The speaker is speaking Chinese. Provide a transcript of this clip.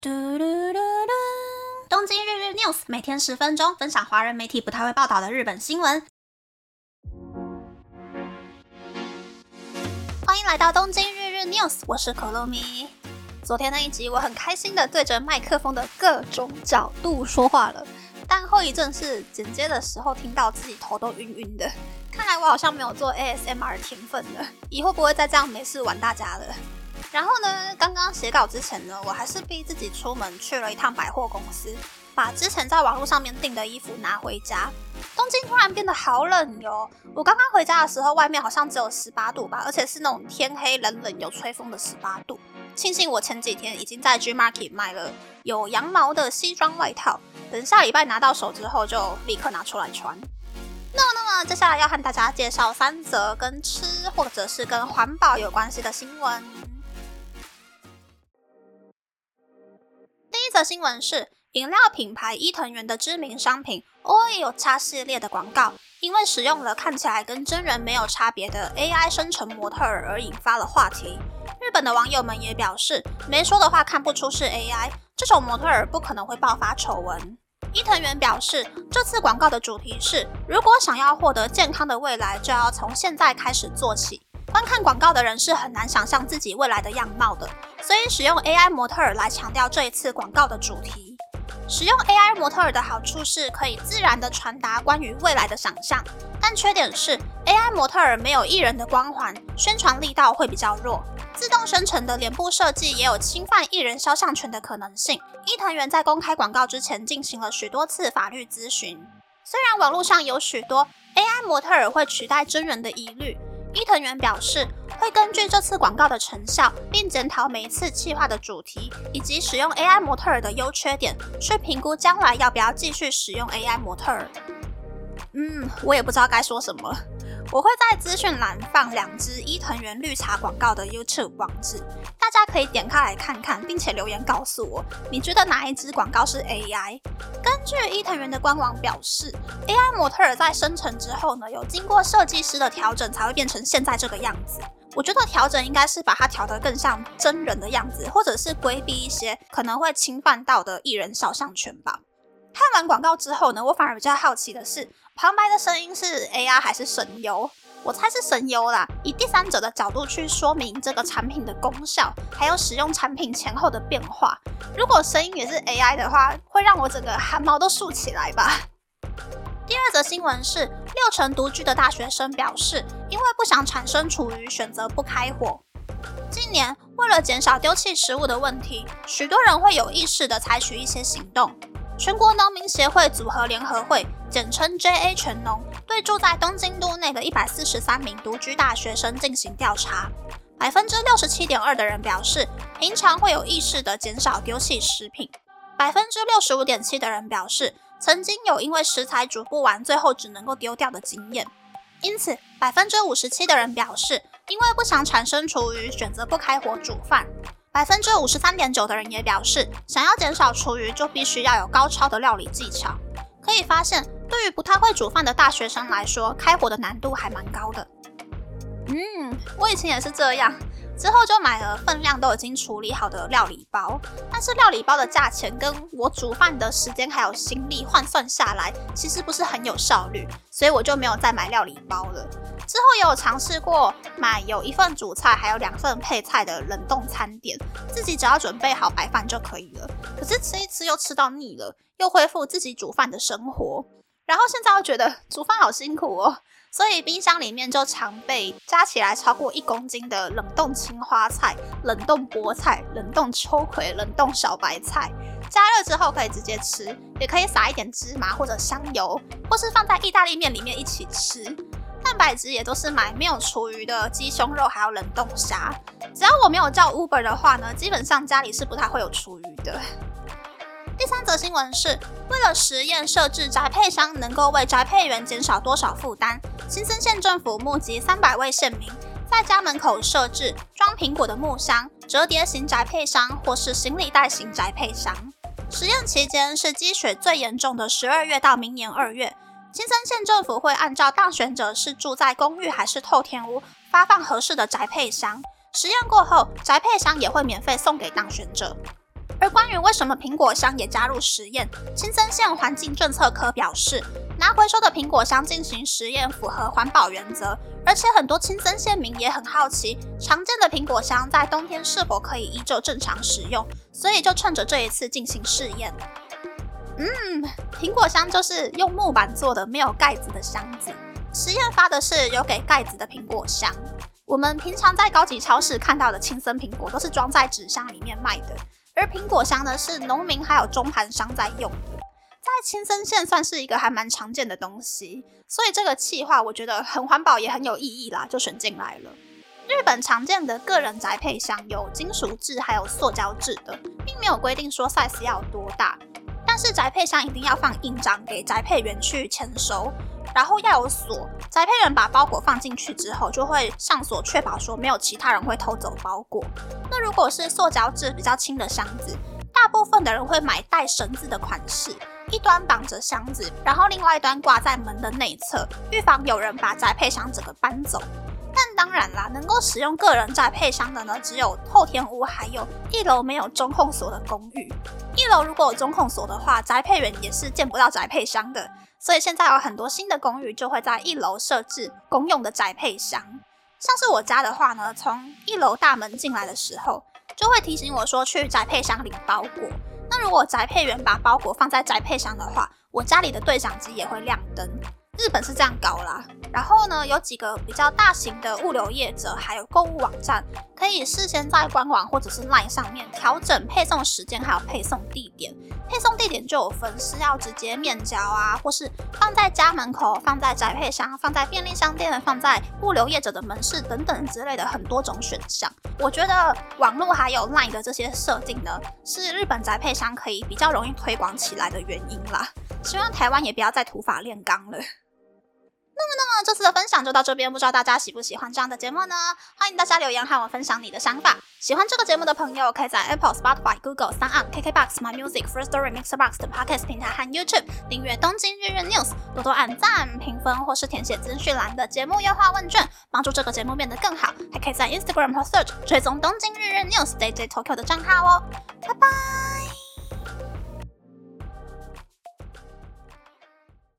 嘟嘟嘟嘟东京日日 News 每天10分钟，分享华人媒体不太会报道的日本新闻。欢迎来到东京日日 News， 我是可乐咪。昨天那一集我很开心的对着麦克风的各种角度说话了，但后遗症是剪接的时候听到自己头都晕晕的。看来我好像没有做 ASMR 的天分了，以后不会再这样没事玩大家了。然后呢，刚刚写稿之前呢，我还是逼自己出门去了一趟百货公司，把之前在网络上面订的衣服拿回家。东京突然变得好冷哟！我刚刚回家的时候，外面好像只有18度吧，而且是那种天黑冷冷有吹风的18度。庆幸我前几天已经在 Gmarket 买了有羊毛的西装外套，等下礼拜拿到手之后就立刻拿出来穿。那么接下来要和大家介绍3则跟吃或者是跟环保有关系的新闻。第一则新闻是饮料品牌伊藤园的知名商品 Oil 系列的广告，因为使用了看起来跟真人没有差别的 AI 生成模特儿而引发了话题。日本的网友们也表示，没说的话看不出是 AI， 这种模特儿不可能会爆发丑闻。伊藤园表示，这次广告的主题是，如果想要获得健康的未来，就要从现在开始做起。观看广告的人是很难想象自己未来的样貌的，所以使用 AI 模特儿来强调这一次广告的主题。使用 AI 模特儿的好处是可以自然地传达关于未来的想象，但缺点是 AI 模特儿没有艺人的光环，宣传力道会比较弱。自动生成的脸部设计也有侵犯艺人肖像权的可能性。伊藤园在公开广告之前进行了许多次法律咨询。虽然网络上有许多 AI 模特儿会取代真人的疑虑，伊藤园表示会根据这次广告的成效，并检讨每一次企划的主题以及使用 AI 模特儿的优缺点，去评估将来要不要继续使用 AI 模特儿。我也不知道该说什么。我会在资讯栏放2支伊藤园绿茶广告的 YouTube 网址，大家可以点开来看看，并且留言告诉我，你觉得哪一支广告是 AI？ 根据伊藤园的官网表示 ，AI 模特儿在生成之后呢，有经过设计师的调整才会变成现在这个样子。我觉得调整应该是把它调得更像真人的样子，或者是规避一些可能会侵犯到的艺人肖像权吧。看完广告之后呢，我反而比较好奇的是，旁白的声音是 AI 还是声优？我猜是声优啦，以第三者的角度去说明这个产品的功效，还有使用产品前后的变化。如果声音也是 AI 的话，会让我整个汗毛都竖起来吧。第二则新闻是，60%独居的大学生表示，因为不想产生厨余，选择不开火。近年，为了减少丢弃食物的问题，许多人会有意识地采取一些行动。全国农民协会组合联合会，简称 JA 全农，对住在东京都内的143名独居大学生进行调查。67.2% 的人表示，平常会有意识地减少丢弃食品。65.7% 的人表示，曾经有因为食材煮不完，最后只能够丢掉的经验。因此，57% 的人表示，因为不想产生厨余，选择不开火煮饭。53.9% 的人也表示，想要减少厨余，就必须要有高超的料理技巧。可以发现，对于不太会煮饭的大学生来说，开火的难度还蛮高的。我以前也是这样，之后就买了分量都已经处理好的料理包，但是料理包的价钱跟我煮饭的时间还有心力换算下来，其实不是很有效率，所以我就没有再买料理包了。之后也有尝试过买有1份主菜还有2份配菜的冷冻餐点，自己只要准备好白饭就可以了。可是吃一吃又吃到腻了，又恢复自己煮饭的生活。然后现在又觉得煮饭好辛苦哦，所以冰箱里面就常备加起来超过1公斤的冷冻青花菜、冷冻菠菜、冷冻秋葵、冷冻小白菜。加热之后可以直接吃，也可以撒一点芝麻或者香油，或是放在意大利面里面一起吃。蛋白质也都是买没有厨余的鸡胸肉还有冷冻虾。只要我没有叫 Uber 的话呢，基本上家里是不太会有厨余的。第3则新闻是，为了实验设置宅配箱能够为宅配员减少多少负担，新森县政府募集300位县民，在家门口设置装苹果的木箱、折叠型宅配箱或是行李袋型宅配箱。实验期间是积雪最严重的12月到明年2月。新森县政府会按照当选者是住在公寓还是透天屋，发放合适的宅配箱。实验过后，宅配箱也会免费送给当选者。 而关于为什么苹果箱也加入实验，青森县环境政策科表示，拿回收的苹果箱进行实验符合环保原则，而且很多青森县民也很好奇，常见的苹果箱在冬天是否可以依旧正常使用，所以就趁着这一次进行试验。苹果箱就是用木板做的没有盖子的箱子，实验发的是有给盖子的苹果箱。我们平常在高级超市看到的青森苹果都是装在纸箱里面卖的，而苹果箱呢是农民还有中盘商在用的，在青森县算是一个还蛮常见的东西，所以这个企划我觉得很环保也很有意义啦，就选进来了。日本常见的个人宅配箱有金属制还有塑胶制的，并没有规定说 size 要多大，但是宅配箱一定要放印章给宅配员去签收，然后要有锁，宅配员把包裹放进去之后就会上锁，确保说没有其他人会偷走包裹。那如果是塑胶制比较轻的箱子，大部分的人会买带绳子的款式，一端绑着箱子，然后另外一端挂在门的内侧，预防有人把宅配箱整个搬走。但当然啦，能够使用个人宅配箱的呢，只有后天屋还有1楼没有中控锁的公寓。1楼如果有中控锁的话，宅配员也是见不到宅配箱的，所以现在有很多新的公寓就会在1楼设置公用的宅配箱。像是我家的话呢，从1楼大门进来的时候，就会提醒我说去宅配箱领包裹。那如果宅配员把包裹放在宅配箱的话，我家里的对讲机也会亮灯。日本是这样搞啦。然后呢，有几个比较大型的物流业者还有购物网站，可以事先在官网或者是 LINE 上面调整配送时间还有配送地点。配送地点就有分是要直接面交啊，或是放在家门口，放在宅配箱，放在便利商店，放在物流业者的门市等等之类的很多种选项。我觉得网络还有 LINE 的这些设定呢，是日本宅配箱可以比较容易推广起来的原因啦。希望台湾也不要再土法炼钢了。那么这次的分享就到这边，不知道大家喜不喜欢这样的节目呢？欢迎大家留言和我分享你的想法。喜欢这个节目的朋友，可以在 Apple、Spotify、Google、SoundOn、KKBox、MyMusic、Firstory、Mixerbox 等平台和 YouTube 订阅东京日日 News， 多多按赞、评分或是填写资讯栏的节目优化问卷，帮助这个节目变得更好。还可以在 Instagram 和 Search 追踪东京日日 News DJ Tokyo 的账号哦。拜拜。